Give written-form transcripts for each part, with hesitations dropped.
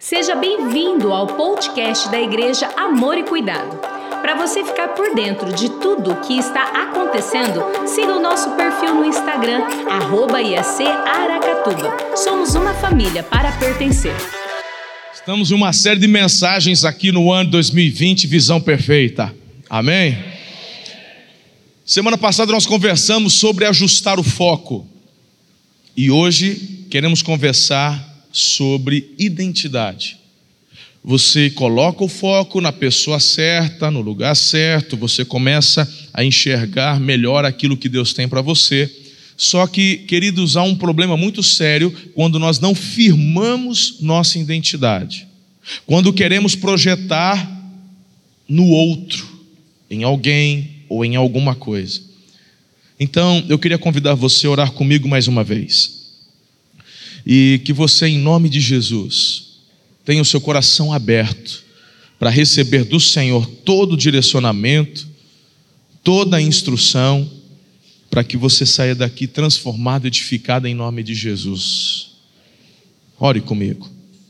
Seja bem-vindo ao podcast da Igreja Amor e Cuidado. Para você ficar por dentro de tudo o que está acontecendo, siga o nosso perfil no Instagram, @IACAracatuba. Somos uma família para pertencer. Estamos em uma série de mensagens aqui no ano 2020, Visão Perfeita. Amém? Semana passada nós conversamos sobre ajustar o foco. E hoje queremos conversar sobre identidade. Você coloca o foco na pessoa certa, no lugar certo, você começa a enxergar melhor aquilo que Deus tem para você. Só que, queridos, há um problema muito sério quando nós não firmamos nossa identidade. Quando queremos projetar no outro, em alguém ou em alguma coisa. Então, eu queria convidar você a orar comigo mais uma vez. E que você, em nome de Jesus, tenha o seu coração aberto para receber do Senhor todo o direcionamento, toda a instrução, para que você saia daqui transformado, edificado em nome de Jesus. Ore comigo.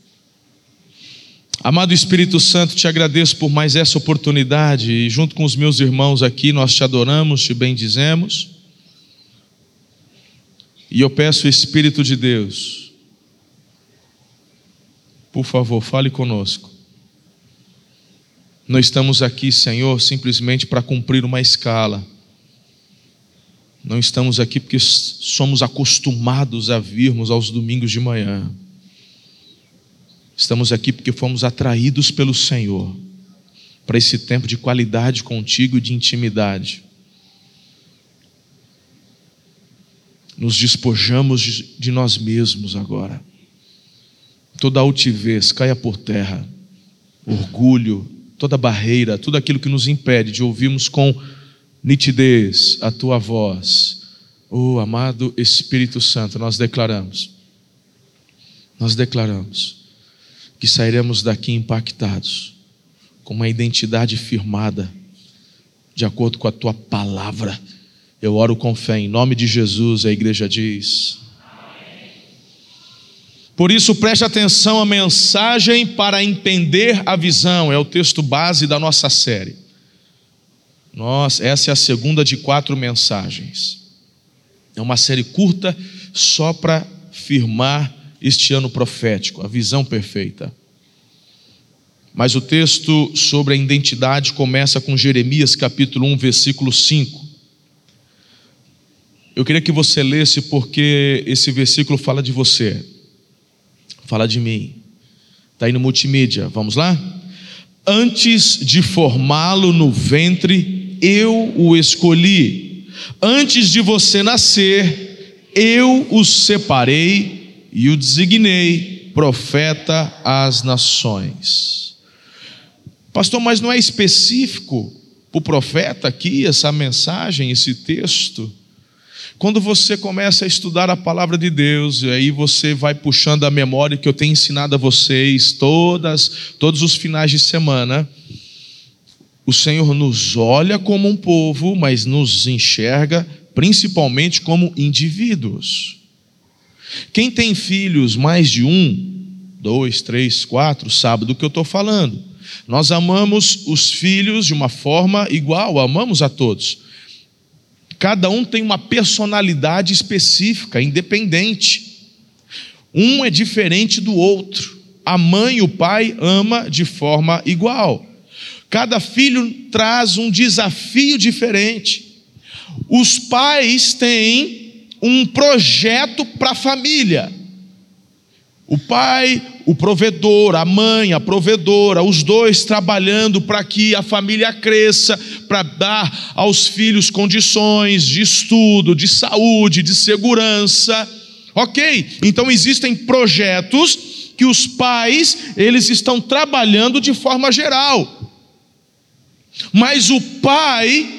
Amado Espírito Santo, te agradeço por mais essa oportunidade e junto com os meus irmãos aqui nós te adoramos, te bendizemos. E eu peço, Espírito de Deus, por favor, fale conosco. Não estamos aqui, Senhor, simplesmente para cumprir uma escala. Não estamos aqui porque somos acostumados a virmos aos domingos de manhã. Estamos aqui porque fomos atraídos pelo Senhor para esse tempo de qualidade contigo e de intimidade. Nos despojamos de nós mesmos agora. Toda altivez caia por terra, orgulho, toda barreira, tudo aquilo que nos impede de ouvirmos com nitidez a Tua voz. Oh, amado Espírito Santo, nós declaramos que sairemos daqui impactados, com uma identidade firmada, de acordo com a Tua palavra. Eu oro com fé, em nome de Jesus, a igreja diz. Por isso, preste atenção à mensagem para entender a visão. É o texto base da nossa série. Essa é a segunda de 4 mensagens. É uma série curta só para firmar este ano profético, a visão perfeita. Mas o texto sobre a identidade começa com Jeremias capítulo 1, versículo 5. Eu queria que você lesse porque esse versículo fala de você. Fala de mim. Está aí no multimídia, vamos lá? Antes de formá-lo no ventre, eu o escolhi. Antes de você nascer, eu o separei e o designei profeta às nações. Pastor, mas não é específico para o profeta aqui, essa mensagem, esse texto? Quando você começa a estudar a palavra de Deus, e aí você vai puxando a memória que eu tenho ensinado a vocês todos os finais de semana, o Senhor nos olha como um povo, mas nos enxerga principalmente como indivíduos. Quem tem filhos, mais de 1, 2, 3, 4, sabe do que eu estou falando. Nós amamos os filhos de uma forma igual, amamos a todos. Cada um tem uma personalidade específica, independente. Um é diferente do outro. A mãe e o pai amam de forma igual. Cada filho traz um desafio diferente. Os pais têm um projeto para a família. O pai, o provedor, a mãe, a provedora, os dois trabalhando para que a família cresça, para dar aos filhos condições de estudo, de saúde, de segurança. Ok, então existem projetos que os pais, eles estão trabalhando de forma geral. Mas o pai,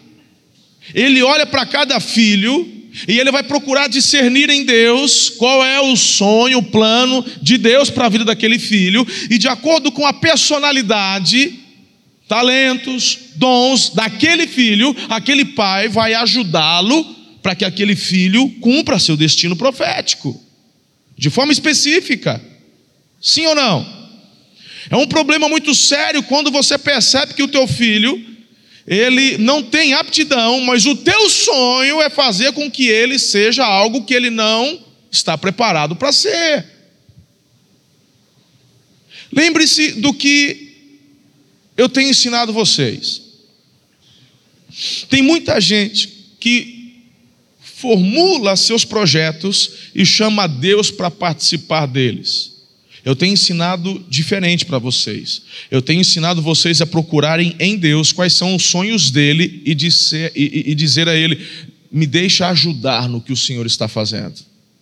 ele olha para cada filho e ele vai procurar discernir em Deus qual é o sonho, o plano de Deus para a vida daquele filho, e de acordo com a personalidade, talentos, dons daquele filho, aquele pai vai ajudá-lo para que aquele filho cumpra seu destino profético, de forma específica. Sim ou não? É um problema muito sério quando você percebe que o teu filho, ele não tem aptidão, mas o teu sonho é fazer com que ele seja algo que ele não está preparado para ser. Lembre-se do que eu tenho ensinado vocês. Tem muita gente que formula seus projetos e chama a Deus para participar deles. Eu tenho ensinado diferente para vocês. Eu tenho ensinado vocês a procurarem em Deus quais são os sonhos dele e dizer a ele: me deixa ajudar no que o Senhor está fazendo.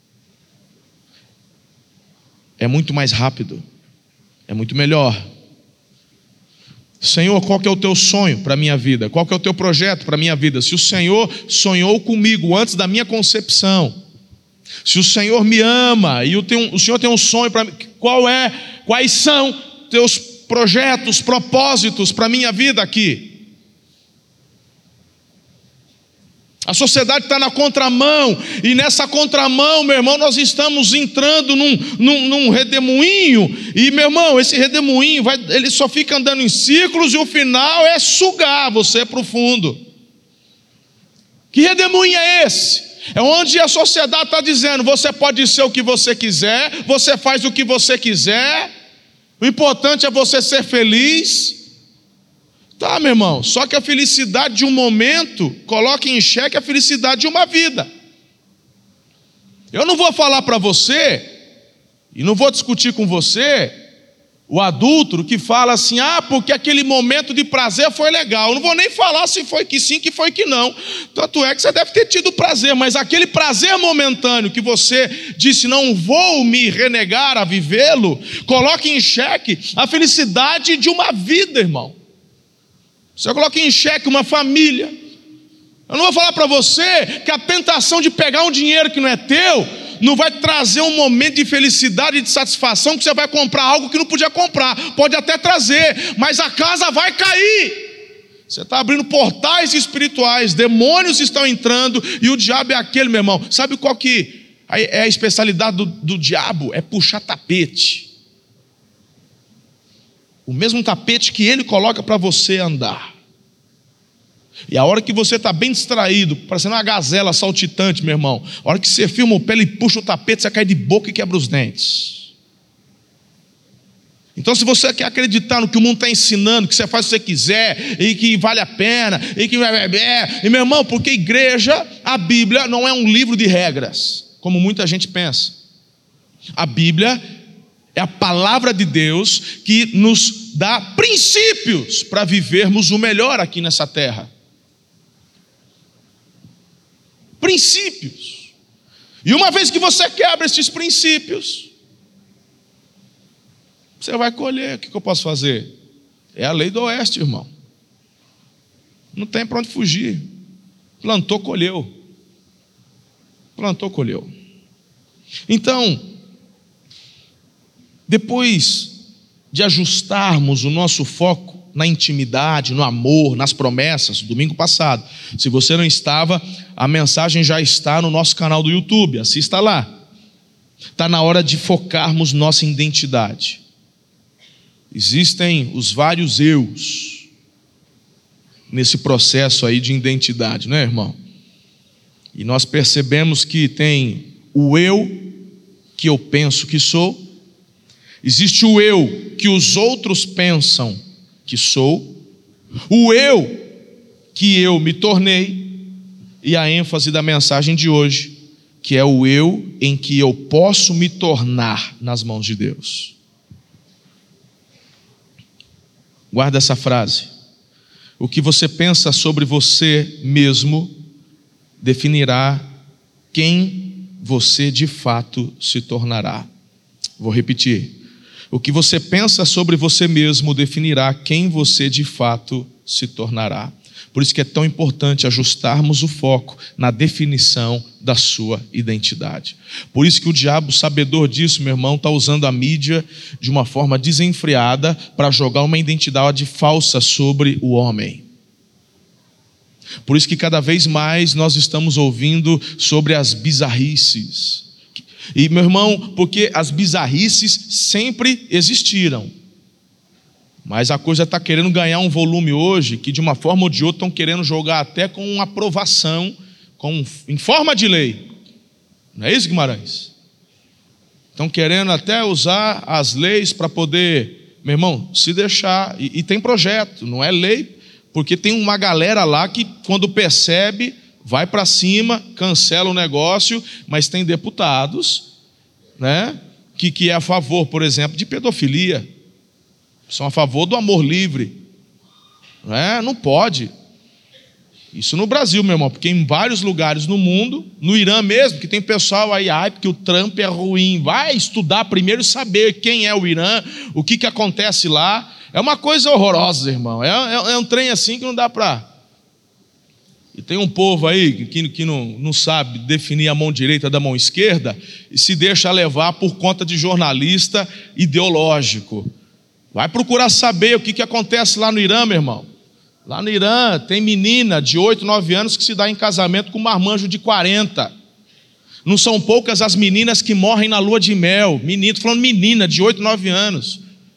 É muito mais rápido, é muito melhor. Senhor, qual que é o teu sonho para a minha vida? Qual que é o teu projeto para a minha vida? Se o Senhor sonhou comigo antes da minha concepção, se o Senhor me ama e o Senhor tem um sonho para mim, quais são teus projetos, propósitos para a minha vida aqui? A sociedade está na contramão, e nessa contramão, meu irmão, nós estamos entrando num redemoinho, e meu irmão, esse redemoinho ele só fica andando em círculos, e o final é sugar você para o fundo. Que redemoinho é esse? É onde a sociedade está dizendo: você pode ser o que você quiser, você faz o que você quiser, o importante é você ser feliz. Tá, meu irmão, só que a felicidade de um momento coloca em xeque a felicidade de uma vida. Eu não vou falar para você, e não vou discutir com você, o adúltero que fala assim: porque aquele momento de prazer foi legal. Eu não vou nem falar se foi que sim, que foi que não. Tanto é que você deve ter tido prazer, mas aquele prazer momentâneo que você disse: não vou me renegar a vivê-lo, coloca em xeque a felicidade de uma vida, irmão. Você coloca em xeque uma família. Eu não vou falar para você que a tentação de pegar um dinheiro que não é teu não vai trazer um momento de felicidade e de satisfação, que você vai comprar algo que não podia comprar. Pode até trazer, mas a casa vai cair. Você está abrindo portais espirituais, demônios estão entrando, e o diabo é aquele, meu irmão. Sabe qual que é a especialidade do diabo? É puxar tapete. O mesmo tapete que ele coloca para você andar. E a hora que você está bem distraído, parecendo uma gazela saltitante, meu irmão, a hora que você firma o pé e puxa o tapete, você cai de boca e quebra os dentes. Então, se você quer acreditar no que o mundo está ensinando, que você faz o que você quiser, e que vale a pena, e meu irmão, porque igreja, a Bíblia não é um livro de regras, como muita gente pensa. A Bíblia é a palavra de Deus que nos dá princípios para vivermos o melhor aqui nessa terra. Princípios. E uma vez que você quebra esses princípios, você vai colher. O que eu posso fazer? É a lei do oeste, irmão. Não tem para onde fugir. Plantou, colheu. Plantou, colheu. Então, depois de ajustarmos o nosso foco na intimidade, no amor, nas promessas, domingo passado, se você não estava, a mensagem já está no nosso canal do YouTube, assista lá. Está na hora de focarmos nossa identidade. Existem os vários eus nesse processo aí de identidade, não é, irmão? E nós percebemos que tem o eu que eu penso que sou, existe o eu que os outros pensam que sou, o eu que eu me tornei, e a ênfase da mensagem de hoje, que é o eu em que eu posso me tornar nas mãos de Deus. Guarda essa frase. O que você pensa sobre você mesmo definirá quem você de fato se tornará. Vou repetir. O que você pensa sobre você mesmo definirá quem você de fato se tornará. Por isso que é tão importante ajustarmos o foco na definição da sua identidade. Por isso que o diabo, sabedor disso, meu irmão, está usando a mídia de uma forma desenfreada para jogar uma identidade falsa sobre o homem. Por isso que cada vez mais nós estamos ouvindo sobre as bizarrices. E, meu irmão, porque as bizarrices sempre existiram. Mas a coisa está querendo ganhar um volume hoje que, de uma forma ou de outra, estão querendo jogar até com uma aprovação, em forma de lei. Não é isso, Guimarães? Estão querendo até usar as leis para poder, meu irmão, se deixar. E tem projeto, não é lei, porque tem uma galera lá que, quando percebe, vai para cima, cancela o negócio, mas tem deputados, né, que é a favor, por exemplo, de pedofilia. São a favor do amor livre. Não pode. Isso no Brasil, meu irmão, porque em vários lugares no mundo, no Irã mesmo, que tem pessoal aí, porque o Trump é ruim. Vai estudar primeiro e saber quem é o Irã, o que acontece lá. É uma coisa horrorosa, irmão. É um trem assim que não dá para... E tem um povo aí que não sabe definir a mão direita da mão esquerda e se deixa levar por conta de jornalista ideológico. Vai procurar saber o que acontece lá no Irã, meu irmão. Lá no Irã tem menina de 8, 9 anos que se dá em casamento com um marmanjo de 40. Não são poucas as meninas que morrem na lua de mel. Estou falando menina de 8, 9 anos.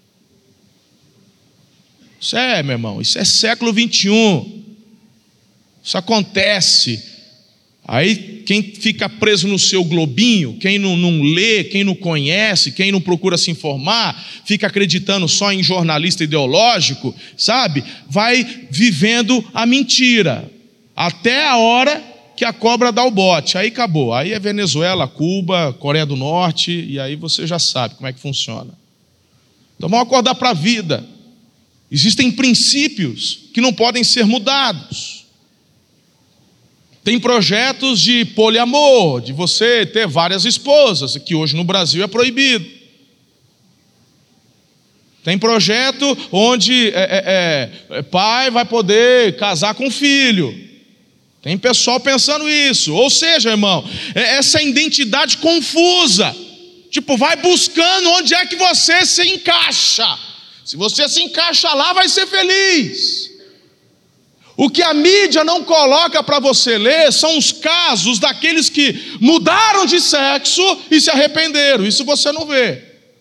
Isso meu irmão, isso é século 21. Isso acontece. Aí quem fica preso no seu globinho, quem não lê, quem não conhece, quem não procura se informar, fica acreditando só em jornalista ideológico, sabe? Vai vivendo a mentira, até a hora que a cobra dá o bote, aí acabou. Aí é Venezuela, Cuba, Coreia do Norte, e aí você já sabe como é que funciona. Então vamos acordar para a vida. Existem princípios que não podem ser mudados. Tem projetos de poliamor, de você ter várias esposas, que hoje no Brasil é proibido. Tem projeto onde pai vai poder casar com filho. Tem pessoal pensando isso. Ou seja, irmão, essa identidade confusa. Tipo, vai buscando onde é que você se encaixa. Se você se encaixa lá, vai ser feliz. O que a mídia não coloca para você ler são os casos daqueles que mudaram de sexo e se arrependeram. Isso você não vê.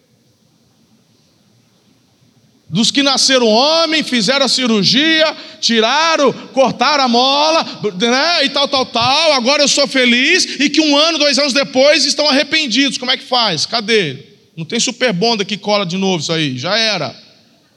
Dos que nasceram homem, fizeram a cirurgia, tiraram, cortaram a mola, né, e tal. Agora eu sou feliz, e que 1 ano, 2 anos depois estão arrependidos. Como é que faz? Cadê? Não tem super bonda que cola de novo isso aí. Já era.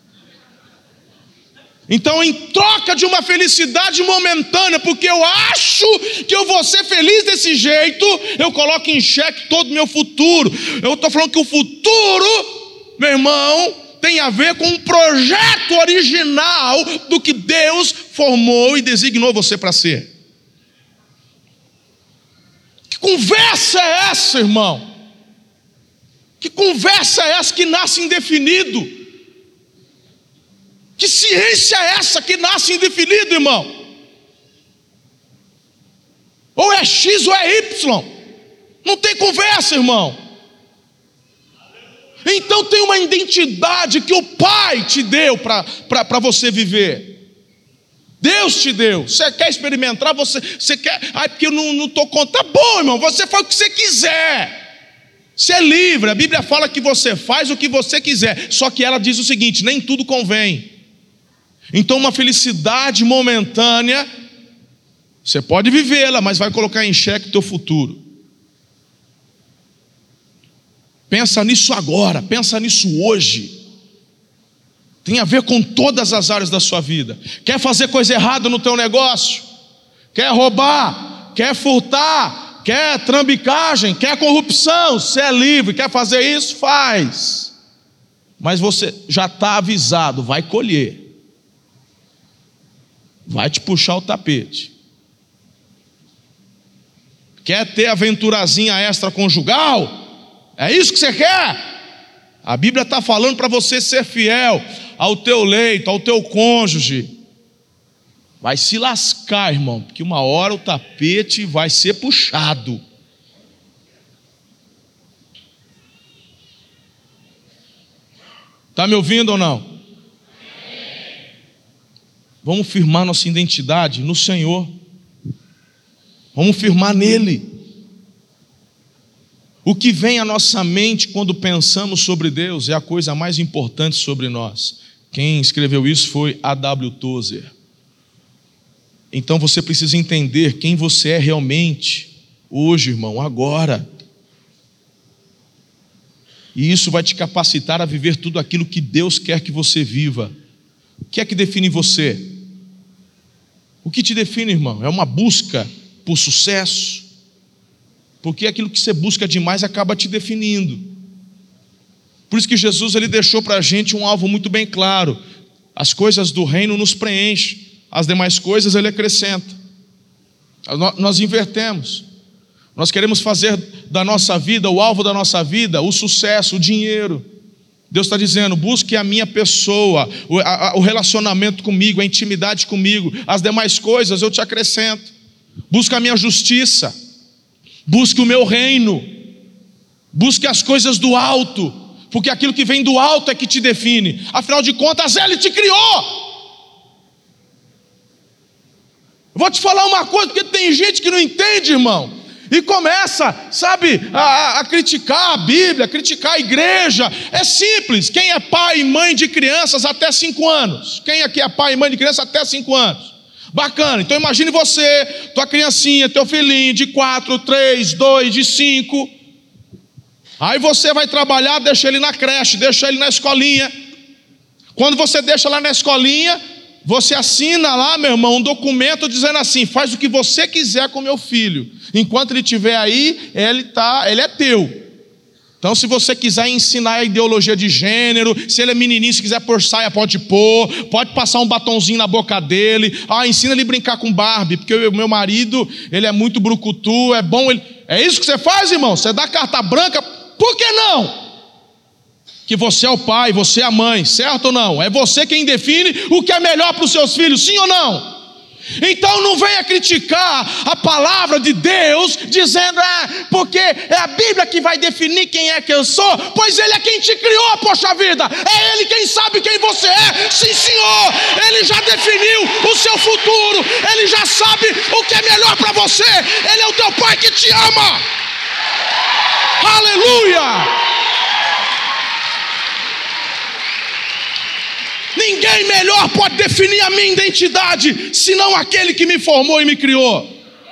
Então, em troca de uma felicidade momentânea, porque eu acho que eu vou ser feliz desse jeito, eu coloco em xeque todo o meu futuro. Eu estou falando que o futuro, meu irmão, tem a ver com um projeto original do que Deus formou e designou você para ser. Que conversa é essa, irmão? Que conversa é essa que nasce indefinido? Que ciência é essa que nasce indefinido, irmão? Ou é X ou é Y. Não tem conversa, irmão. Então tem uma identidade que o Pai te deu para você viver. Deus te deu. Você quer experimentar? Você quer... porque eu não estou contando. Tá bom, irmão, você faz o que você quiser. Você é livre. A Bíblia fala que você faz o que você quiser. Só que ela diz o seguinte: nem tudo convém. Então uma felicidade momentânea, você pode vivê-la, mas vai colocar em xeque o teu futuro. Pensa nisso agora, pensa nisso hoje. Tem a ver com todas as áreas da sua vida. Quer fazer coisa errada no teu negócio? Quer roubar? Quer furtar? Quer trambicagem? Quer corrupção? Você é livre, quer fazer isso? Faz. Mas você já está avisado, vai colher. Vai te puxar o tapete. Quer ter aventurazinha extraconjugal? É isso que você quer? A Bíblia está falando para você ser fiel ao teu leito, ao teu cônjuge. Vai se lascar, irmão, porque uma hora o tapete vai ser puxado. Está me ouvindo ou não? Vamos firmar nossa identidade no Senhor. Vamos firmar nele. O que vem à nossa mente quando pensamos sobre Deus é a coisa mais importante sobre nós. Quem escreveu isso foi A.W. Tozer. Então você precisa entender quem você é realmente, hoje, irmão, agora. E isso vai te capacitar a viver tudo aquilo que Deus quer que você viva. O que é que define você? O que te define, irmão? É uma busca por sucesso? Porque aquilo que você busca demais acaba te definindo. Por isso que Jesus ele deixou para a gente um alvo muito bem claro. As coisas do reino nos preenchem, as demais coisas ele acrescenta. Nós invertemos. Nós queremos fazer da nossa vida, o alvo da nossa vida, o sucesso, o dinheiro. Deus está dizendo, busque a minha pessoa, o relacionamento comigo, a intimidade comigo. As demais coisas eu te acrescento. Busque a minha justiça, busque o meu reino, busque as coisas do alto, porque aquilo que vem do alto é que te define. Afinal de contas, Ele te criou. Eu vou te falar uma coisa, porque tem gente que não entende, irmão, e começa, sabe, a criticar a Bíblia, a criticar a igreja. É simples. Quem é pai e mãe de crianças até 5 anos? Quem aqui é pai e mãe de criança até 5 anos? Bacana, então imagine você, tua criancinha, teu filhinho de 4, 3, 2, de 5. Aí você vai trabalhar, deixa ele na creche, deixa ele na escolinha. Quando você deixa lá na escolinha, você assina lá, meu irmão, um documento dizendo assim: faz o que você quiser com meu filho. Enquanto ele estiver aí, ele é teu. Então, se você quiser ensinar a ideologia de gênero, se ele é menininho, se quiser pôr saia, pode pôr, pode passar um batonzinho na boca dele. Ensina ele a brincar com Barbie, porque o meu marido, ele é muito brucutu, é bom. É isso que você faz, irmão? Você dá carta branca, por que não? Que você é o pai, você é a mãe, certo ou não? É você quem define o que é melhor para os seus filhos, sim ou não? Então não venha criticar a palavra de Deus dizendo, porque é a Bíblia que vai definir quem é que eu sou. Pois Ele é quem te criou, poxa vida. É Ele quem sabe quem você é. Sim, Senhor, Ele já definiu o seu futuro. Ele já sabe o que é melhor para você. Ele é o teu pai que te ama. Aleluia. Ninguém melhor pode definir a minha identidade senão aquele que me formou e me criou.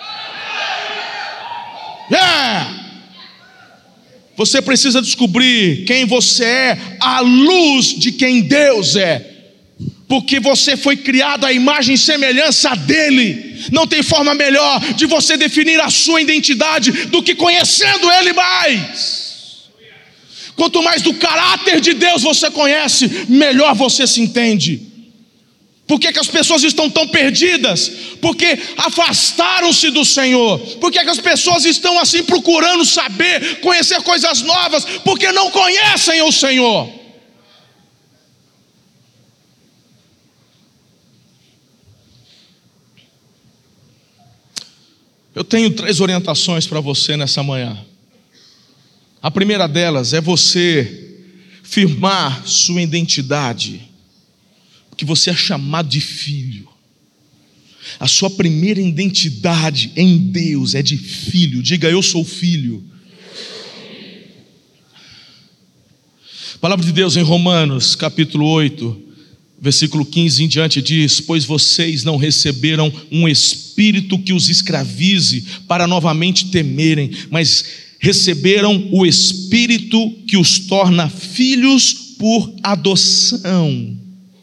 Você precisa descobrir quem você é à luz de quem Deus é, porque você foi criado à imagem e semelhança dele. Não tem forma melhor de você definir a sua identidade do que conhecendo Ele mais. Quanto mais do caráter de Deus você conhece, melhor você se entende. Por que as pessoas estão tão perdidas? Porque afastaram-se do Senhor. Por que as pessoas estão assim procurando saber, conhecer coisas novas? Porque não conhecem o Senhor. Eu tenho 3 orientações para você nessa manhã. A primeira delas é você firmar sua identidade, porque você é chamado de filho. A sua primeira identidade em Deus é de filho. Diga, eu sou filho. A palavra de Deus em Romanos capítulo 8, versículo 15 em diante diz: pois vocês não receberam um espírito que os escravize para novamente temerem, mas receberam o Espírito que os torna filhos por adoção,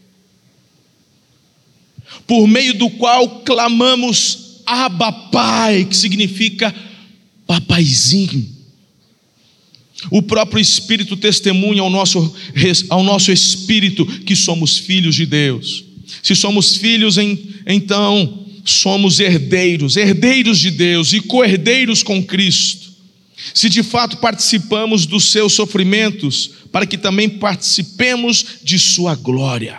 por meio do qual clamamos Abba Pai, que significa papaizinho. O próprio Espírito testemunha ao nosso espírito que somos filhos de Deus. Se somos filhos, então somos herdeiros de Deus e co-herdeiros com Cristo. Se de fato participamos dos seus sofrimentos, para que também participemos de sua glória.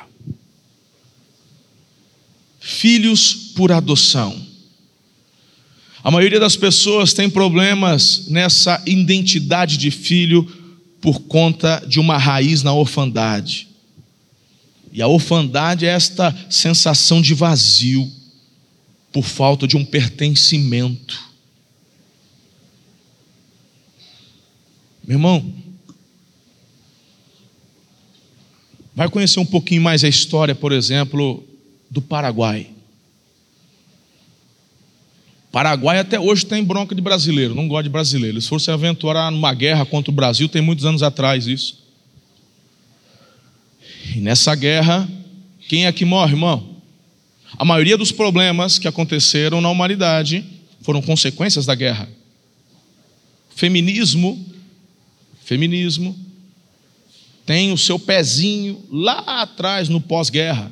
Filhos por adoção. A maioria das pessoas tem problemas nessa identidade de filho por conta de uma raiz na orfandade. E a orfandade é esta sensação de vazio por falta de um pertencimento. Meu irmão, vai conhecer um pouquinho mais a história, por exemplo, do Paraguai. Paraguai até hoje tem bronca de brasileiro, não gosta de brasileiro. Eles foram se aventurar numa guerra contra o Brasil, tem muitos anos atrás isso. E nessa guerra, quem é que morre, irmão? A maioria dos problemas que aconteceram na humanidade foram consequências da guerra. Feminismo tem o seu pezinho lá atrás no pós-guerra.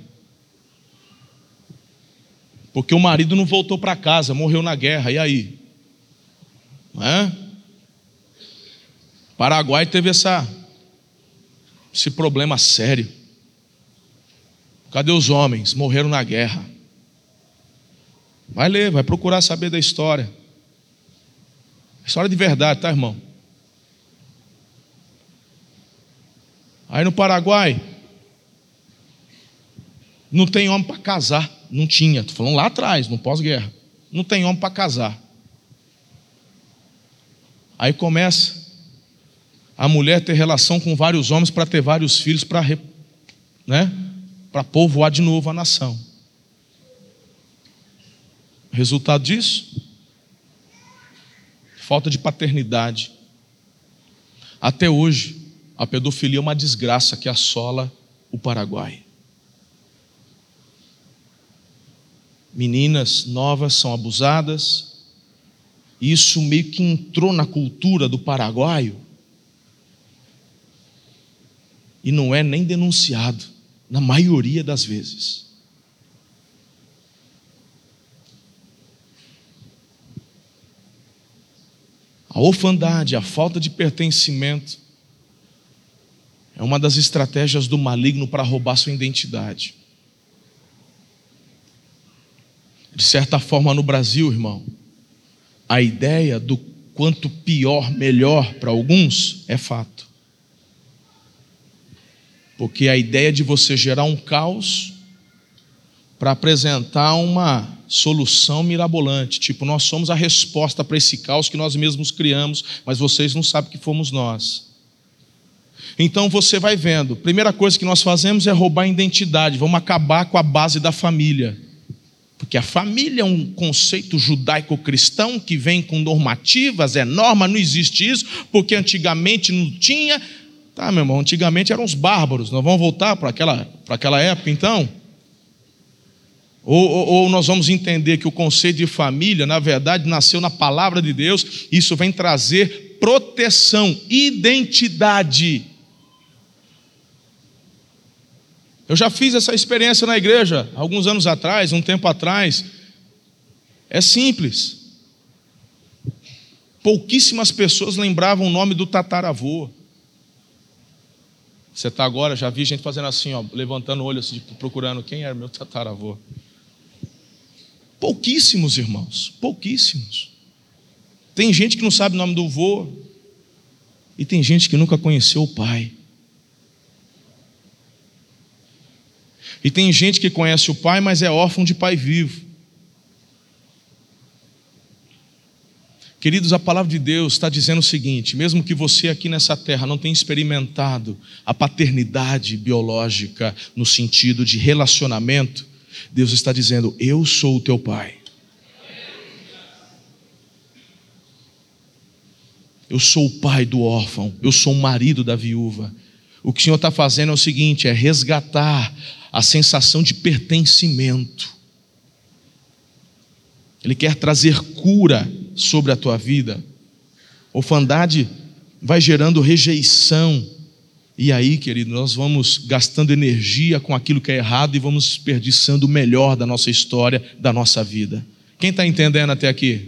Porque o marido não voltou para casa, morreu na guerra, e aí? Não é? Paraguai teve esse problema sério. Cadê os homens? Morreram na guerra. Vai ler, vai procurar saber da história. História de verdade, tá, irmão? Aí no Paraguai, não tem homem para casar. Não tinha, estou falando lá atrás, no pós-guerra. Não tem homem para casar. Aí começa a mulher ter relação com vários homens para ter vários filhos, para povoar de novo a nação. Resultado disso? Falta de paternidade. Até hoje, a pedofilia é uma desgraça que assola o Paraguai. Meninas novas são abusadas. Isso meio que entrou na cultura do paraguaio. E não é nem denunciado, na maioria das vezes. A orfandade, a falta de pertencimento é uma das estratégias do maligno para roubar sua identidade. De certa forma, no Brasil, irmão, a ideia do quanto pior, melhor para alguns é fato. Porque a ideia de você gerar um caos para apresentar uma solução mirabolante, tipo, nós somos a resposta para esse caos que nós mesmos criamos, mas vocês não sabem que fomos nós. Então você vai vendo, primeira coisa que nós fazemos é roubar a identidade, vamos acabar com a base da família. Porque a família é um conceito judaico-cristão que vem com normativas, é norma, não existe isso, porque antigamente não tinha. Tá, meu irmão, antigamente eram os bárbaros, nós vamos voltar para aquela época então? Ou nós vamos entender que o conceito de família, na verdade, nasceu na palavra de Deus, isso vem trazer proteção, identidade. Eu já fiz essa experiência na igreja, alguns anos atrás, um tempo atrás. É simples. Pouquíssimas pessoas lembravam o nome do tataravô. Você está agora, já vi gente fazendo assim, ó, levantando o olho, assim, procurando quem era meu tataravô. Pouquíssimos, irmãos, pouquíssimos. Tem gente que não sabe o nome do vô, e tem gente que nunca conheceu o pai. E tem gente que conhece o pai, mas é órfão de pai vivo. Queridos, a palavra de Deus está dizendo o seguinte: mesmo que você aqui nessa terra não tenha experimentado a paternidade biológica no sentido de relacionamento, Deus está dizendo: eu sou o teu pai. Eu sou o pai do órfão, eu sou o marido da viúva. O que o Senhor está fazendo é o seguinte, é resgatar a sensação de pertencimento. Ele quer trazer cura sobre a tua vida. Orfandade vai gerando rejeição. E aí, querido, nós vamos gastando energia com aquilo que é errado e vamos desperdiçando o melhor da nossa história, da nossa vida. Quem está entendendo até aqui?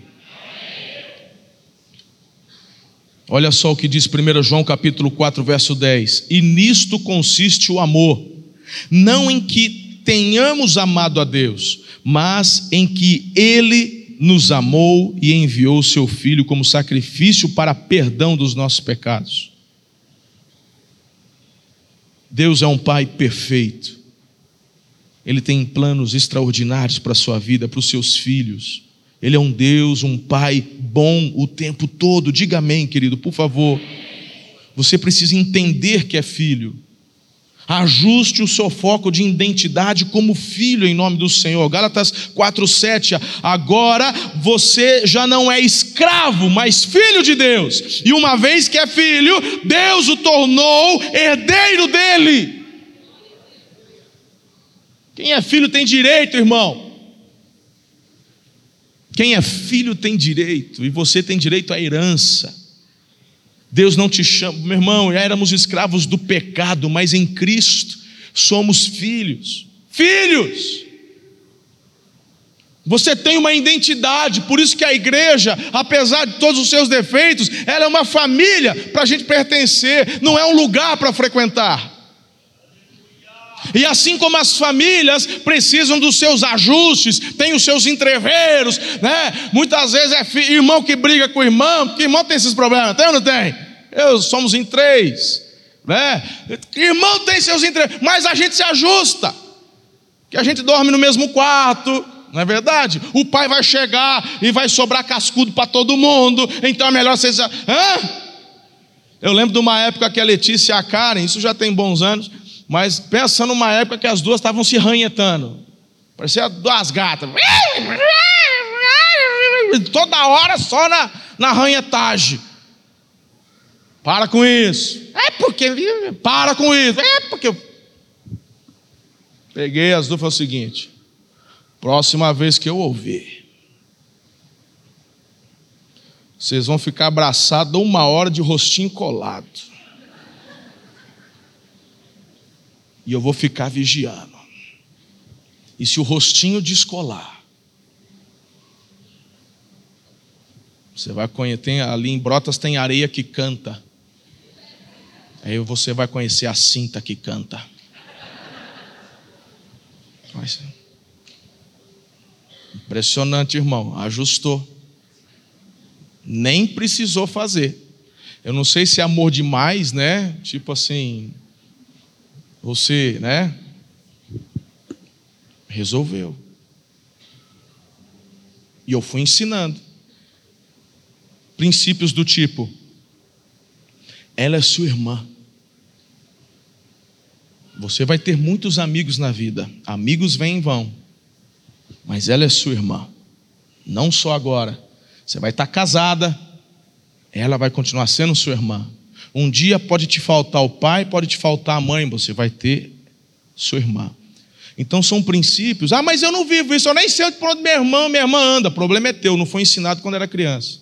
Olha só o que diz 1 João capítulo 4, verso 10. E nisto consiste o amor, não em que tenhamos amado a Deus, mas em que Ele nos amou e enviou o seu Filho como sacrifício para perdão dos nossos pecados. Deus é um Pai perfeito. Ele tem planos extraordinários para a sua vida, para os seus filhos. Ele é um Deus, um Pai bom o tempo todo. Diga amém, querido, por favor. Você precisa entender que é filho. Ajuste o seu foco de identidade como filho em nome do Senhor. Gálatas 4:7. Agora você já não é escravo, mas filho de Deus. E uma vez que é filho, Deus o tornou herdeiro dele. Quem é filho tem direito, irmão. Quem é filho tem direito. E você tem direito à herança. Deus não te chama, meu irmão, éramos escravos do pecado, mas em Cristo somos filhos. Filhos! Você tem uma identidade, por isso que a igreja, apesar de todos os seus defeitos, ela é uma família para a gente pertencer, não é um lugar para frequentar. E assim como as famílias precisam dos seus ajustes, tem os seus entreveros, né? Muitas vezes é irmão que briga com irmão, porque irmão tem esses problemas, tem ou não tem? Somos em 3, né? Irmão tem seus entreveros, mas a gente se ajusta, que a gente dorme no mesmo quarto, não é verdade? O pai vai chegar e vai sobrar cascudo para todo mundo, então é melhor vocês... Eu lembro de uma época que a Letícia e a Karen, isso já tem bons anos, mas pensa numa época que as duas estavam se ranhetando, parecia 2 gatas, toda hora só na ranhetagem. Para com isso. Para com isso. Peguei as duas e falei o seguinte: próxima vez que eu ouvir, vocês vão ficar abraçados 1 hora de rostinho colado. E eu vou ficar vigiando. E se o rostinho descolar, você vai conhecer, ali em Brotas tem areia que canta. Aí você vai conhecer a cinta que canta. Impressionante, irmão. Ajustou. Nem precisou fazer. Eu não sei se é amor demais, né? Tipo assim, você, né? Resolveu. E eu fui ensinando. Princípios do tipo: ela é sua irmã. Você vai ter muitos amigos na vida. Amigos vêm e vão. Mas ela é sua irmã. Não só agora. Você vai estar casada. Ela vai continuar sendo sua irmã. Um dia pode te faltar o pai, pode te faltar a mãe. Você vai ter sua irmã. Então são princípios. Mas eu não vivo isso. Eu nem sei por onde minha irmã anda. O problema é teu. Não foi ensinado quando era criança.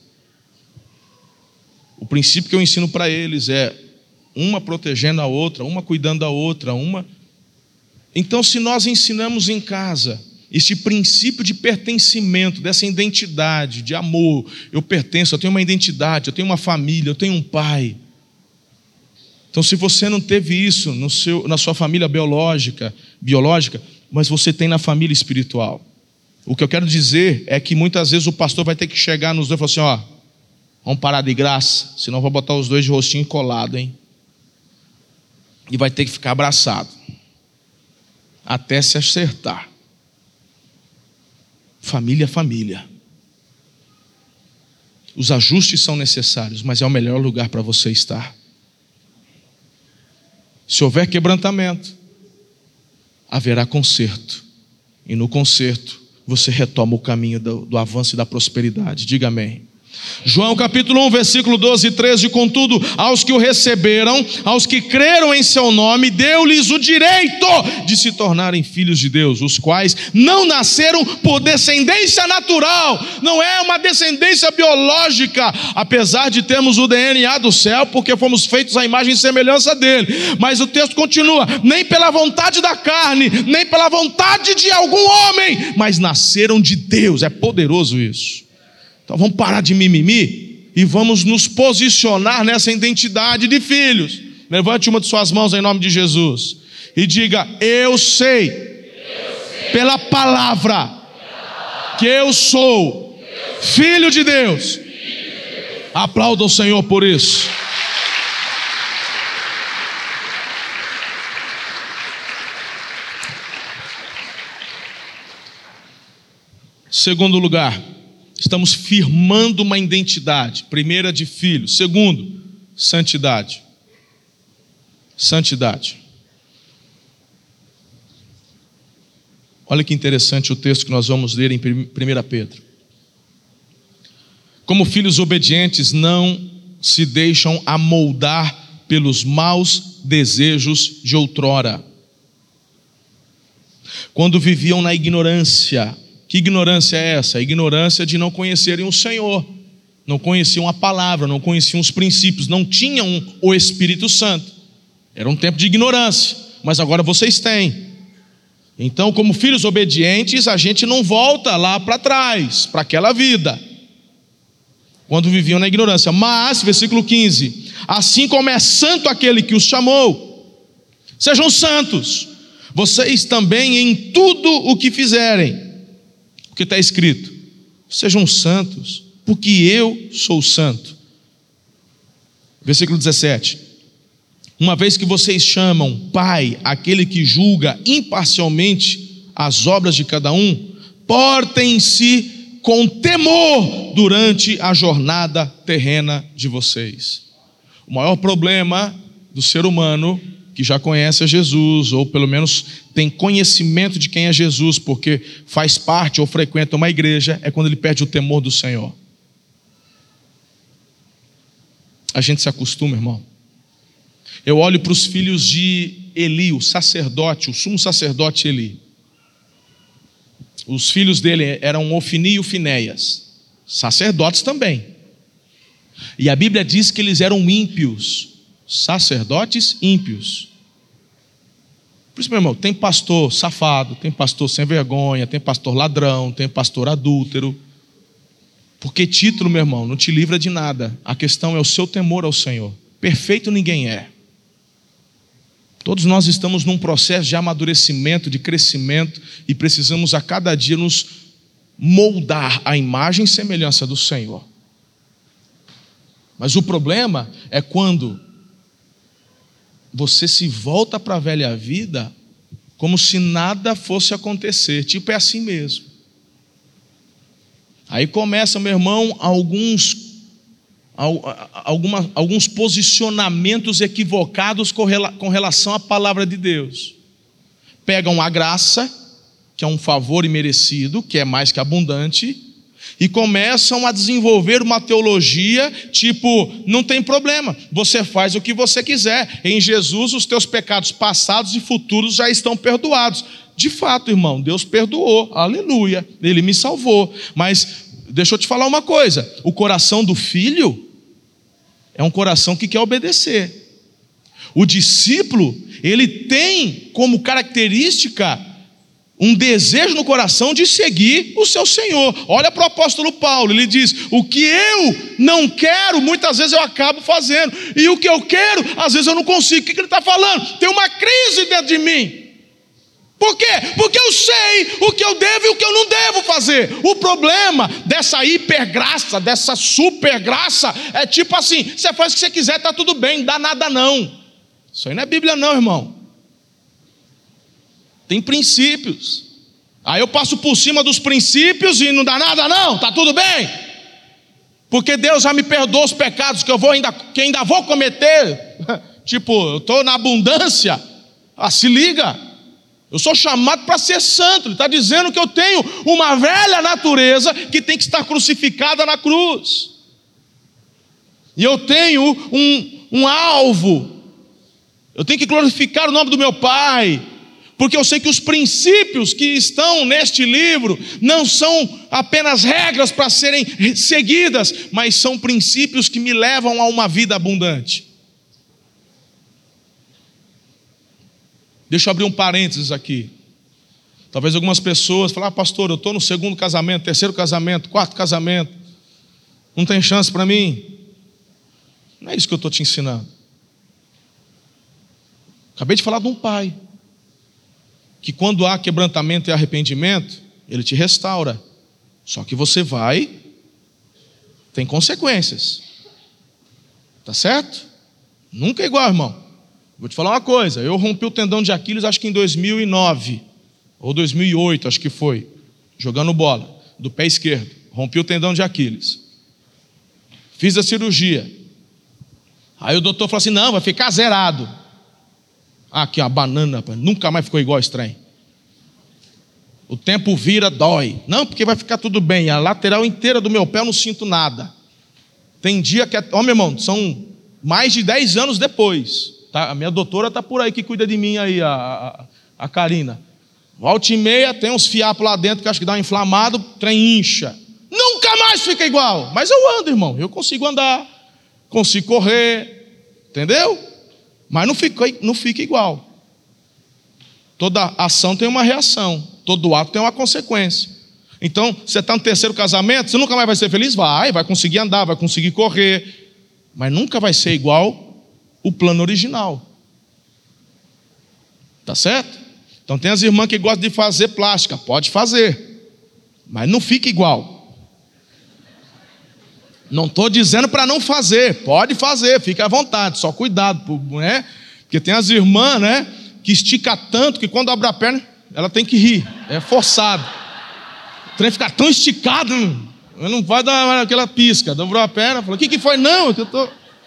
O princípio que eu ensino para eles é uma protegendo a outra, uma cuidando da outra, uma... Então, se nós ensinamos em casa esse princípio de pertencimento, dessa identidade, de amor, eu pertenço, eu tenho uma identidade, eu tenho uma família, eu tenho um pai. Então, se você não teve isso na sua família biológica, mas você tem na família espiritual. O que eu quero dizer é que muitas vezes o pastor vai ter que chegar nos dois e falar assim: vamos parar de graça, senão eu vou botar os dois de rostinho colado, hein? E vai ter que ficar abraçado até se acertar. Família é família. Os ajustes são necessários, mas é o melhor lugar para você estar. Se houver quebrantamento, haverá conserto. E no conserto, você retoma o caminho do avanço e da prosperidade. Diga amém. João capítulo 1, versículo 12 e 13. Contudo, aos que o receberam, aos que creram em seu nome, deu-lhes o direito de se tornarem filhos de Deus, os quais não nasceram por descendência natural, não é uma descendência biológica, apesar de termos o DNA do céu, porque fomos feitos à imagem e semelhança dele. Mas o texto continua: nem pela vontade da carne, nem pela vontade de algum homem, mas nasceram de Deus. É poderoso isso. Então vamos parar de mimimi e vamos nos posicionar nessa identidade de filhos. Levante uma de suas mãos em nome de Jesus e diga: eu sei pela palavra que eu sou filho de Deus. Aplauda o Senhor por isso. Segundo lugar, estamos firmando uma identidade. Primeira, de filho. Segundo, santidade. Santidade. Olha que interessante o texto que nós vamos ler em 1 Pedro. Como filhos obedientes, não se deixam amoldar pelos maus desejos de outrora, quando viviam na ignorância. Que ignorância é essa? A ignorância de não conhecerem o Senhor, não conheciam a palavra, não conheciam os princípios, não tinham o Espírito Santo. Era um tempo de ignorância, mas agora vocês têm. Então, como filhos obedientes, a gente não volta lá para trás, para aquela vida, quando viviam na ignorância. Mas, versículo 15: assim como é santo aquele que os chamou, sejam santos vocês também em tudo o que fizerem. O que está escrito: sejam santos, porque eu sou santo. Versículo 17: uma vez que vocês chamam Pai aquele que julga imparcialmente as obras de cada um, portem-se com temor durante a jornada terrena de vocês. O maior problema do ser humano que já conhece a Jesus, ou pelo menos tem conhecimento de quem é Jesus, porque faz parte ou frequenta uma igreja, é quando ele perde o temor do Senhor. A gente se acostuma, irmão. Eu olho para os filhos de Eli, o sacerdote, o sumo sacerdote Eli. Os filhos dele eram Ofni e o Finéias, sacerdotes também. E a Bíblia diz que eles eram ímpios, sacerdotes ímpios. Por isso, meu irmão, tem pastor safado, tem pastor sem vergonha, tem pastor ladrão, tem pastor adúltero. Porque título, meu irmão, não te livra de nada. A questão é o seu temor ao Senhor. Perfeito ninguém é. Todos nós estamos num processo de amadurecimento, de crescimento, e precisamos a cada dia nos moldar à imagem e semelhança do Senhor. Mas o problema é quando você se volta para a velha vida como se nada fosse acontecer, tipo é assim mesmo. Aí começam, meu irmão, alguns posicionamentos equivocados com relação à palavra de Deus. Pegam a graça, que é um favor imerecido, que é mais que abundante, e começam a desenvolver uma teologia tipo, não tem problema, você faz o que você quiser, em Jesus os teus pecados passados e futuros já estão perdoados. De fato, irmão, Deus perdoou, aleluia, Ele me salvou. Mas deixa eu te falar uma coisa: o coração do filho é um coração que quer obedecer. O discípulo, ele tem como característica um desejo no coração de seguir o seu Senhor. Olha para o apóstolo Paulo, ele diz: o que eu não quero, muitas vezes eu acabo fazendo, e o que eu quero, às vezes eu não consigo. O que ele está falando? Tem uma crise dentro de mim. Por quê? Porque eu sei o que eu devo e o que eu não devo fazer. O problema dessa hipergraça, dessa supergraça, é tipo assim: você faz o que você quiser, está tudo bem, não dá nada não. Isso aí não é Bíblia não, irmão. Tem princípios. Aí eu passo por cima dos princípios e não dá nada não, está tudo bem. Porque Deus já me perdoou os pecados que ainda vou cometer. Tipo, eu estou na abundância. Se liga. Eu sou chamado para ser santo. Ele está dizendo que eu tenho uma velha natureza que tem que estar crucificada na cruz. E eu tenho um alvo. Eu tenho que glorificar o nome do meu Pai. Porque eu sei que os princípios que estão neste livro não são apenas regras para serem seguidas, mas são princípios que me levam a uma vida abundante. Deixa eu abrir um parênteses aqui. Talvez algumas pessoas falem: pastor, eu estou no segundo casamento, terceiro casamento, quarto casamento, não tem chance para mim. Não é isso que eu estou te ensinando. Acabei de falar de um pai que quando há quebrantamento e arrependimento, ele te restaura. Só que você tem consequências. Tá certo? Nunca é igual, irmão. Vou te falar uma coisa: eu rompi o tendão de Aquiles acho que em 2009 ou 2008, acho que foi, jogando bola, do pé esquerdo. Rompi o tendão de Aquiles. Fiz a cirurgia. Aí o doutor falou assim: não, vai ficar zerado. Aqui, uma banana, nunca mais ficou igual esse trem. O tempo vira, dói. Não, porque vai ficar tudo bem. A lateral inteira do meu pé eu não sinto nada. Tem dia que... Ó, meu irmão, são mais de 10 anos depois. Tá? A minha doutora está por aí que cuida de mim aí, a Karina. Volta e meia, tem uns fiapos lá dentro que acho que dá um inflamado, trem incha. Nunca mais fica igual. Mas eu ando, irmão. Eu consigo andar, consigo correr. Entendeu? Mas não fica igual. Toda ação tem uma reação. Todo ato tem uma consequência. Então, você está no terceiro casamento, você nunca mais vai ser feliz? Vai conseguir andar, vai conseguir correr. Mas nunca vai ser igual o plano original. Tá certo? Então tem as irmãs que gostam de fazer plástica. Pode fazer. Mas não fica igual. Não estou dizendo para não fazer. Pode fazer, fica à vontade. Só cuidado, né? Porque tem as irmãs, né, que estica tanto que quando abre a perna, ela tem que rir. É forçado. O trem fica tão esticado, não vai dar aquela pisca. Dobrou a perna, falou: o que foi? Não, é que eu tô...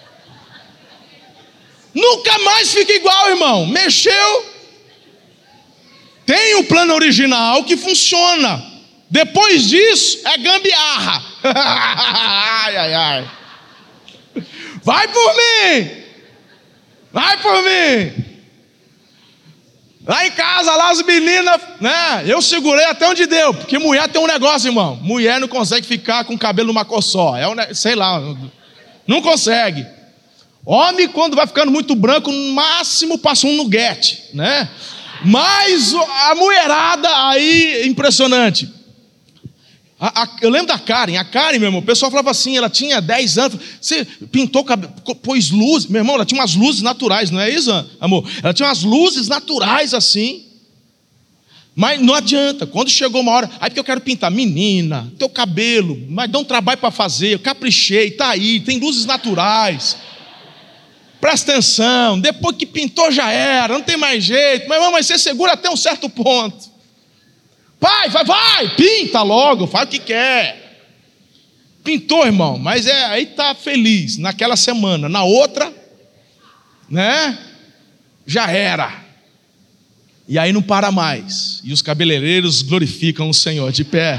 Nunca mais fica igual, irmão. Mexeu. Tem o plano original que funciona. Depois disso, é gambiarra. Ai, ai, ai. Vai por mim. Vai por mim. Lá em casa, lá as meninas, né? Eu segurei até onde deu. Porque mulher tem um negócio, irmão. Mulher não consegue ficar com o cabelo numa cor só. Sei lá. Não consegue. Homem, quando vai ficando muito branco, no máximo passa um nuguete, né? Mas a mulherada aí, impressionante. Eu lembro da Karen. A Karen, meu irmão, o pessoal falava assim, ela tinha 10 anos. Você pintou o cabelo, pôs luzes. Meu irmão, ela tinha umas luzes naturais, não é isso, amor? Ela tinha umas luzes naturais assim. Mas não adianta, quando chegou uma hora, aí porque eu quero pintar, menina, teu cabelo, mas dá um trabalho para fazer, eu caprichei, tá aí, tem luzes naturais. Presta atenção, depois que pintou já era, não tem mais jeito. Mas mamãe, você segura até um certo ponto. Pai, vai, pinta logo, faz o que quer. Pintou, irmão, mas aí tá feliz naquela semana. Na outra, né, já era. E aí não para mais. E os cabeleireiros glorificam o Senhor de pé.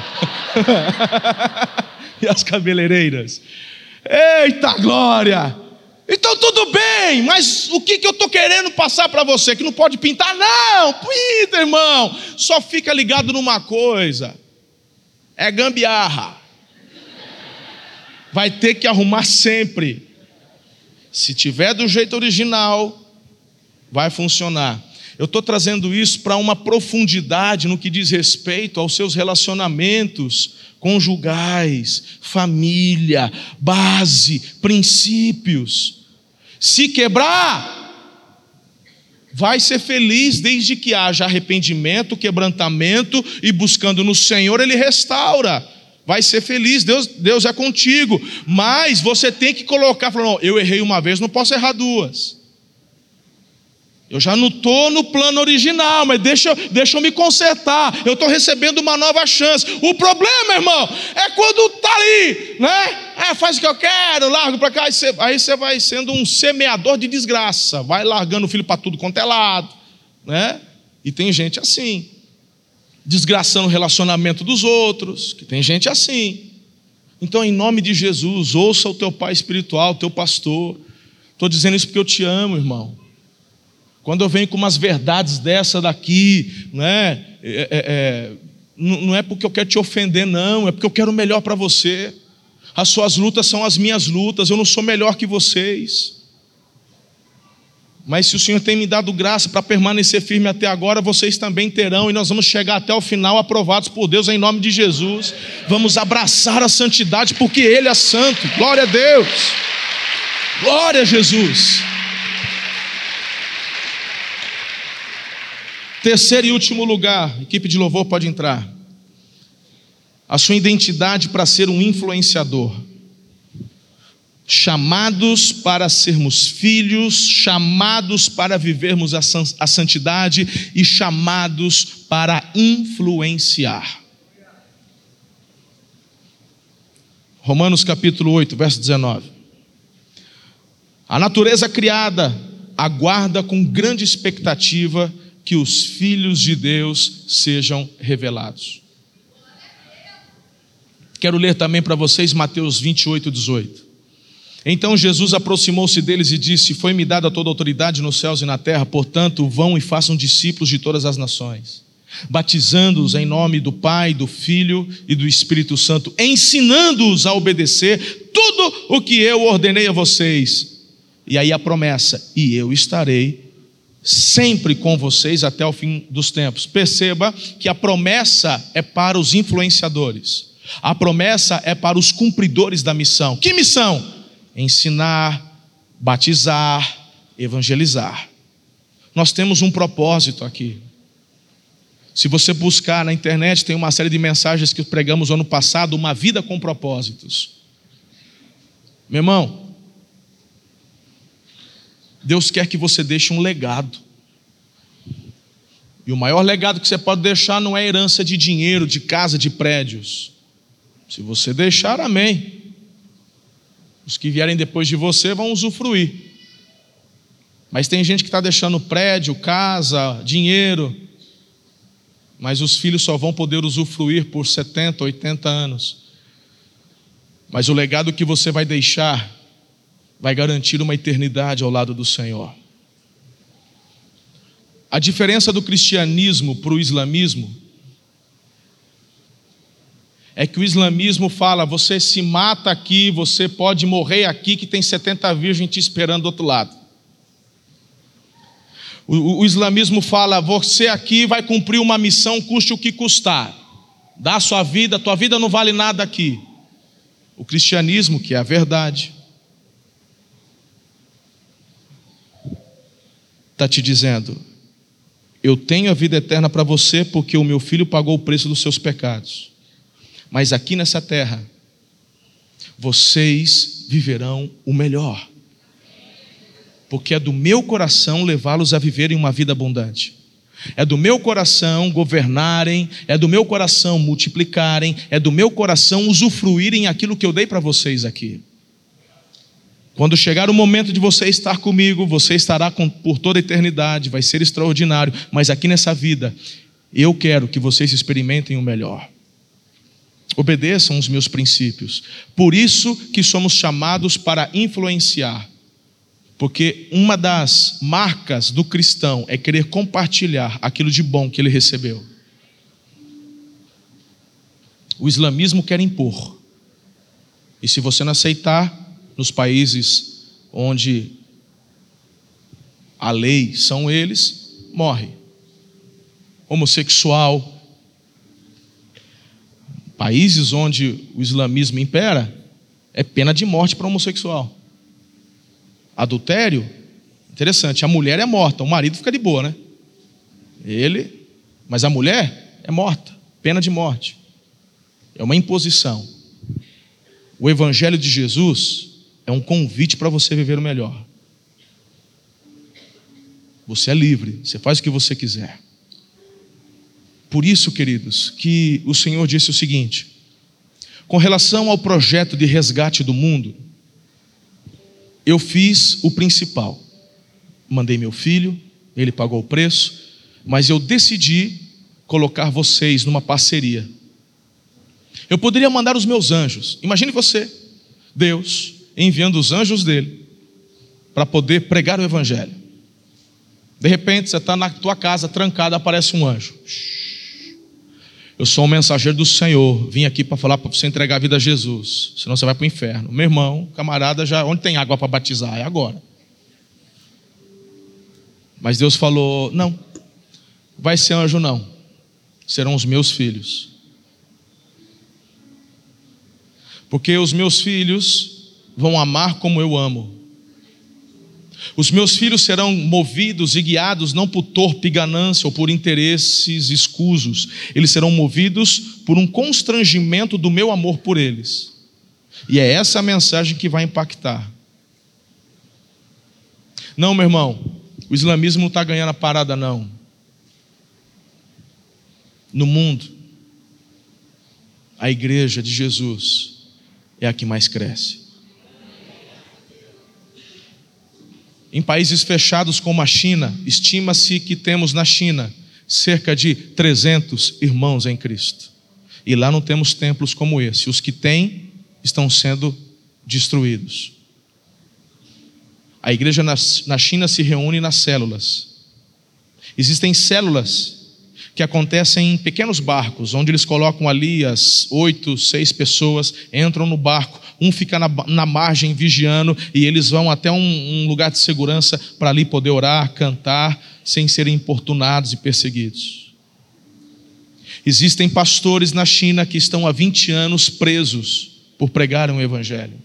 E as cabeleireiras, eita glória! Então tudo bem, mas o que eu estou querendo passar para você? Que não pode pintar? Não, pinta, irmão. Só fica ligado numa coisa: é gambiarra. Vai ter que arrumar sempre. Se tiver do jeito original, vai funcionar. Eu estou trazendo isso para uma profundidade no que diz respeito aos seus relacionamentos conjugais, família, base, princípios. Se quebrar, vai ser feliz desde que haja arrependimento, quebrantamento e buscando no Senhor, Ele restaura. Vai ser feliz, Deus é contigo. Mas você tem que colocar, falando: eu errei uma vez, não posso errar duas. Eu já não estou no plano original, mas deixa eu me consertar. Eu estou recebendo uma nova chance. O problema, irmão, é quando está ali, né? Faz o que eu quero, largo para cá. Aí você vai sendo um semeador de desgraça. Vai largando o filho para tudo quanto é lado, né? E tem gente assim, desgraçando o relacionamento dos outros, que tem gente assim. Então, em nome de Jesus, ouça o teu pai espiritual, o teu pastor. Estou dizendo isso porque eu te amo, irmão. Quando eu venho com umas verdades dessa daqui, né? Não é porque eu quero te ofender, não. É porque eu quero o melhor para você. As suas lutas são as minhas lutas. Eu não sou melhor que vocês. Mas se o Senhor tem me dado graça para permanecer firme até agora, vocês também terão. E nós vamos chegar até o final aprovados por Deus em nome de Jesus. Vamos abraçar a santidade porque Ele é santo. Glória a Deus. Glória a Jesus. Terceiro e último lugar, equipe de louvor pode entrar. A sua identidade para ser um influenciador. Chamados para sermos filhos, chamados para vivermos a santidade e chamados para influenciar. Romanos capítulo 8, verso 19. A natureza criada aguarda com grande expectativa que os filhos de Deus sejam revelados. Quero ler também para vocês Mateus 28, 18. Então Jesus aproximou-se deles e disse: foi-me dada toda a autoridade nos céus e na terra, portanto vão e façam discípulos de todas as nações, batizando-os em nome do Pai, do Filho e do Espírito Santo, ensinando-os a obedecer tudo o que eu ordenei a vocês. E aí a promessa: e eu estarei sempre com vocês até o fim dos tempos. Perceba que a promessa é para os influenciadores, a promessa é para os cumpridores da missão. Que missão? Ensinar, batizar, evangelizar. Nós temos um propósito aqui. Se você buscar na internet, tem uma série de mensagens que pregamos ano passado, uma vida com propósitos. Meu irmão, Deus quer que você deixe um legado. E o maior legado que você pode deixar não é herança de dinheiro, de casa, de prédios. Se você deixar, amém. Os que vierem depois de você vão usufruir. Mas tem gente que está deixando prédio, casa, dinheiro, mas os filhos só vão poder usufruir por 70, 80 anos. Mas o legado que você vai deixar vai garantir uma eternidade ao lado do Senhor. A diferença do cristianismo para o islamismo é que o islamismo fala: você se mata aqui, você pode morrer aqui, que tem 70 virgens te esperando do outro lado. O islamismo fala: você aqui vai cumprir uma missão, custe o que custar. Dá a sua vida, tua vida não vale nada aqui. O cristianismo, que é a verdade, está te dizendo: eu tenho a vida eterna para você porque o meu filho pagou o preço dos seus pecados. Mas aqui nessa terra, vocês viverão o melhor. Porque é do meu coração levá-los a viverem uma vida abundante. É do meu coração governarem, é do meu coração multiplicarem, é do meu coração usufruírem aquilo que eu dei para vocês aqui. Quando chegar o momento de você estar comigo, você estará por toda a eternidade, vai ser extraordinário. Mas aqui nessa vida, eu quero que vocês experimentem o melhor. Obedeçam os meus princípios. Por isso que somos chamados para influenciar. Porque uma das marcas do cristão é querer compartilhar aquilo de bom que ele recebeu. O islamismo quer impor. E se você não aceitar, nos países onde a lei são eles, morre. Homossexual. Países onde o islamismo impera, é pena de morte para homossexual. Adultério, interessante, a mulher é morta, o marido fica de boa, né? Mas a mulher é morta, pena de morte. É uma imposição. O evangelho de Jesus é um convite para você viver o melhor. Você é livre, você faz o que você quiser. Por isso, queridos, que o Senhor disse o seguinte: com relação ao projeto de resgate do mundo, eu fiz o principal. Mandei meu filho, ele pagou o preço, mas eu decidi colocar vocês numa parceria. Eu poderia mandar os meus anjos. Imagine você, Deus, enviando os anjos dele para poder pregar o evangelho. De repente, você está na tua casa trancada, aparece um anjo. Eu sou um mensageiro do Senhor, vim aqui para falar para você entregar a vida a Jesus, senão você vai para o inferno. Meu irmão, camarada, onde tem água para batizar? É agora. Mas Deus falou: não, vai ser anjo não, serão os meus filhos. Porque os meus filhos vão amar como eu amo. Os meus filhos serão movidos e guiados não por torpe ganância ou por interesses escusos. Eles serão movidos por um constrangimento do meu amor por eles. E é essa a mensagem que vai impactar. Não, meu irmão, o islamismo não está ganhando a parada, não. No mundo, a igreja de Jesus é a que mais cresce. Em países fechados como a China, estima-se que temos na China cerca de 300 irmãos em Cristo. E lá não temos templos como esse. Os que têm estão sendo destruídos. A igreja na China se reúne nas células. Existem células que acontecem em pequenos barcos, onde eles colocam ali as 8, 6 pessoas, entram no barco, um fica na margem vigiando, e eles vão até um lugar de segurança para ali poder orar, cantar, sem serem importunados e perseguidos. Existem pastores na China que estão há 20 anos presos por pregarem o evangelho.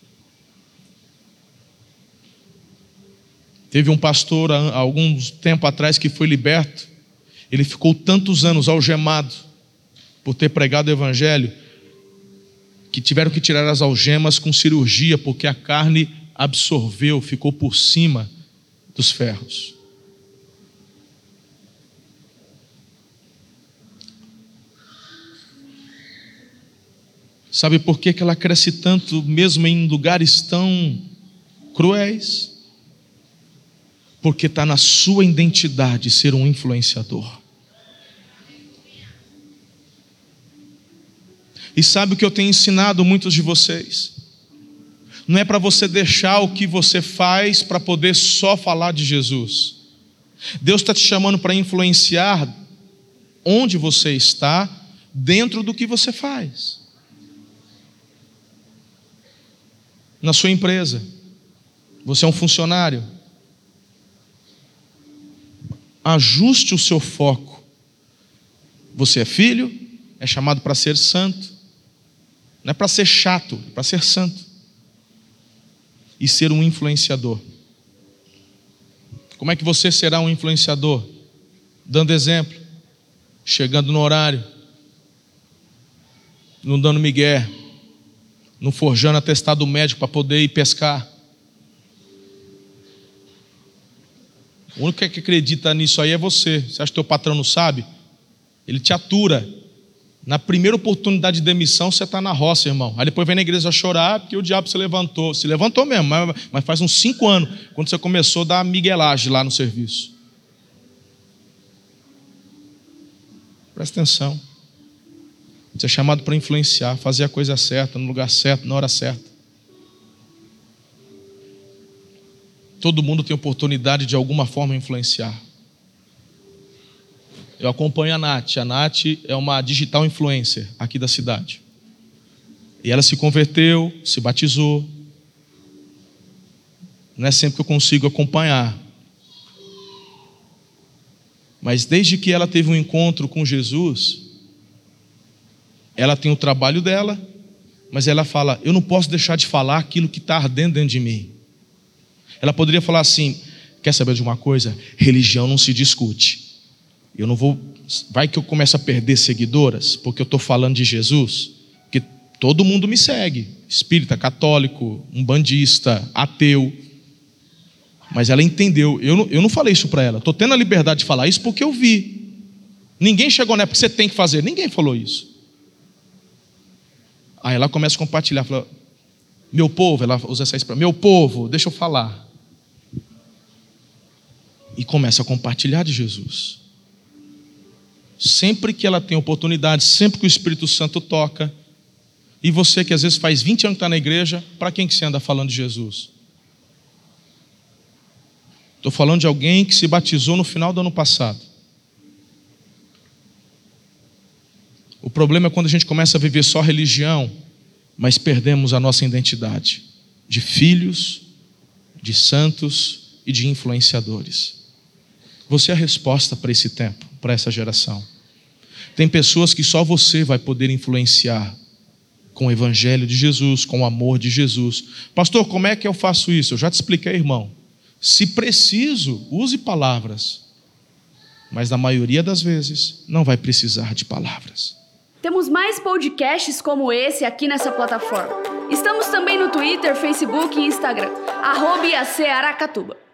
Teve um pastor há algum tempo atrás que foi liberto. Ele ficou tantos anos algemado por ter pregado o evangelho, que tiveram que tirar as algemas com cirurgia, porque a carne absorveu, ficou por cima dos ferros. Sabe por que ela cresce tanto, mesmo em lugares tão cruéis? Porque está na sua identidade ser um influenciador. E sabe o que eu tenho ensinado muitos de vocês? Não é para você deixar o que você faz para poder só falar de Jesus. Deus está te chamando para influenciar onde você está, dentro do que você faz. Na sua empresa, você é um funcionário. Ajuste o seu foco. Você é filho, é chamado para ser santo. Não é para ser chato, é para ser santo. E ser um influenciador. Como é que você será um influenciador? Dando exemplo, chegando no horário, não dando migué, não forjando atestado médico para poder ir pescar. O único que acredita nisso aí é você. Você acha que teu patrão não sabe? Ele te atura. Na primeira oportunidade de demissão, você está na roça, irmão. Aí depois vem na igreja chorar porque o diabo se levantou. Se levantou mesmo, mas faz uns 5 anos, quando você começou a dar miguelagem lá no serviço. Presta atenção. Você é chamado para influenciar, fazer a coisa certa, no lugar certo, na hora certa. Todo mundo tem oportunidade de alguma forma influenciar. Eu acompanho a Nath. A Nath é uma digital influencer aqui da cidade. E ela se converteu, se batizou. Não é sempre que eu consigo acompanhar. Mas desde que ela teve um encontro com Jesus, ela tem o trabalho dela, mas ela fala, eu não posso deixar de falar aquilo que está ardendo dentro de mim. Ela poderia falar assim, quer saber de uma coisa? Religião não se discute. Eu não vou, vai que eu começo a perder seguidoras, porque eu estou falando de Jesus, porque todo mundo me segue, espírita, católico, umbandista, ateu. Mas ela entendeu, eu não falei isso para ela, estou tendo a liberdade de falar isso porque eu vi. Ninguém chegou, né, porque você tem que fazer, ninguém falou isso. Aí ela começa a compartilhar, fala, meu povo, ela usa essa expressão, meu povo, deixa eu falar. E começa a compartilhar de Jesus. Sempre que ela tem oportunidade, sempre que o Espírito Santo toca, e você que às vezes faz 20 anos que está na igreja, para quem que você anda falando de Jesus? Estou falando de alguém que se batizou no final do ano passado. O problema é quando a gente começa a viver só religião, mas perdemos a nossa identidade de filhos, de santos e de influenciadores. Você é a resposta para esse tempo, para essa geração. Tem pessoas que só você vai poder influenciar com o evangelho de Jesus, com o amor de Jesus. Pastor, como é que eu faço isso? Eu já te expliquei, irmão. Se preciso, use palavras. Mas na maioria das vezes, não vai precisar de palavras. Temos mais podcasts como esse aqui nessa plataforma. Estamos também no Twitter, Facebook e Instagram. @IAC Aracatuba.